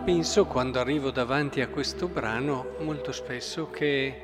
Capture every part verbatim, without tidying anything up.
Penso, quando arrivo davanti a questo brano, molto spesso che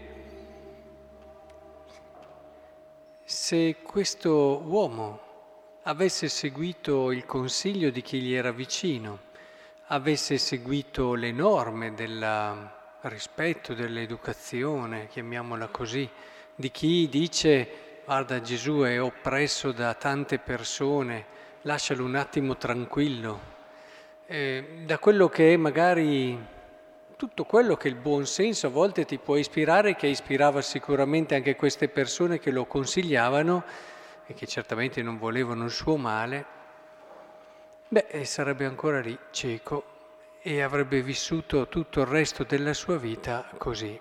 se questo uomo avesse seguito il consiglio di chi gli era vicino, avesse seguito le norme del rispetto, dell'educazione, chiamiamola così, di chi dice: guarda, Gesù è oppresso da tante persone, lascialo un attimo tranquillo. Eh, da quello che è magari tutto quello che il buon senso a volte ti può ispirare, che ispirava sicuramente anche queste persone che lo consigliavano e che certamente non volevano il suo male, beh, sarebbe ancora lì, cieco, e avrebbe vissuto tutto il resto della sua vita così.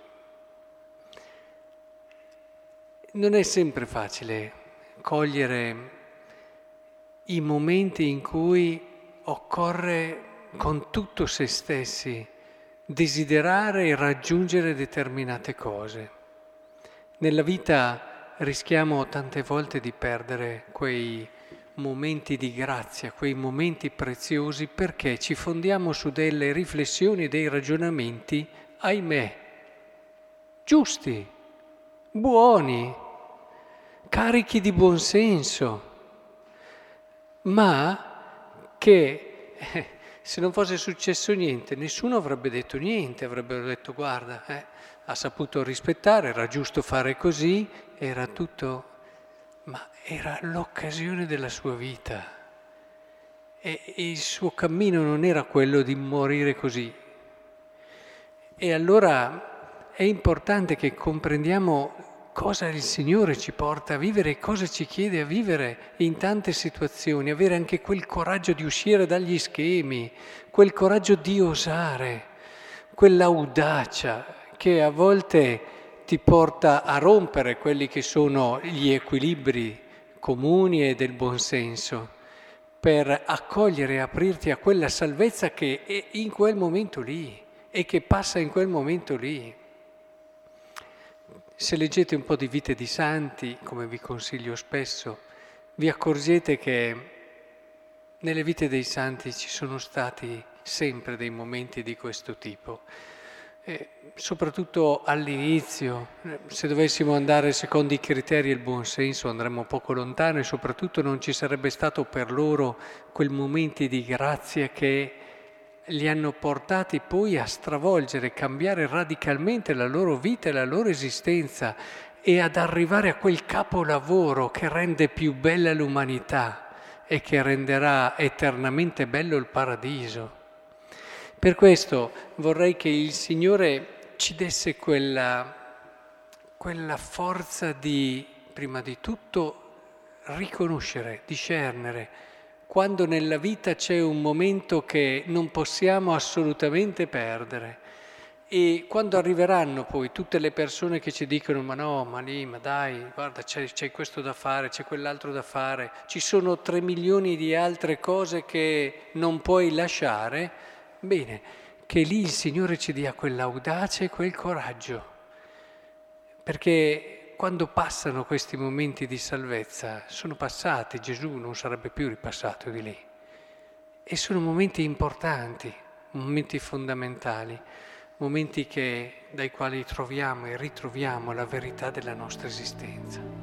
Non è sempre facile cogliere i momenti in cui occorre con tutto se stessi desiderare e raggiungere determinate cose. Nella vita rischiamo tante volte di perdere quei momenti di grazia, quei momenti preziosi, perché ci fondiamo su delle riflessioni e dei ragionamenti, ahimè, giusti, buoni, carichi di buonsenso, ma che eh, se non fosse successo niente, nessuno avrebbe detto niente, avrebbero detto: guarda, eh, ha saputo rispettare, era giusto fare così, era tutto, ma era l'occasione della sua vita e, e il suo cammino non era quello di morire così. E allora è importante che comprendiamo cosa il Signore ci porta a vivere e cosa ci chiede a vivere in tante situazioni, avere anche quel coraggio di uscire dagli schemi, quel coraggio di osare, quell'audacia che a volte ti porta a rompere quelli che sono gli equilibri comuni e del buonsenso, per accogliere e aprirti a quella salvezza che è in quel momento lì e che passa in quel momento lì. Se leggete un po' di vite di santi, come vi consiglio spesso, vi accorgete che nelle vite dei santi ci sono stati sempre dei momenti di questo tipo. E soprattutto all'inizio, se dovessimo andare secondo i criteri e il buon senso andremmo poco lontano e soprattutto non ci sarebbe stato per loro quel momenti di grazia che li hanno portati poi a stravolgere, cambiare radicalmente la loro vita e la loro esistenza e ad arrivare a quel capolavoro che rende più bella l'umanità e che renderà eternamente bello il paradiso. Per questo vorrei che il Signore ci desse quella, quella forza di, prima di tutto, riconoscere, discernere, quando nella vita c'è un momento che non possiamo assolutamente perdere e quando arriveranno poi tutte le persone che ci dicono: ma no, ma lì, ma dai, guarda, c'è, c'è questo da fare, c'è quell'altro da fare, ci sono tre milioni di altre cose che non puoi lasciare, bene, che lì il Signore ci dia quell'audacia e quel coraggio, perché quando passano questi momenti di salvezza, sono passati, Gesù non sarebbe più ripassato di lì. E sono momenti importanti, momenti fondamentali, momenti che, dai quali troviamo e ritroviamo la verità della nostra esistenza.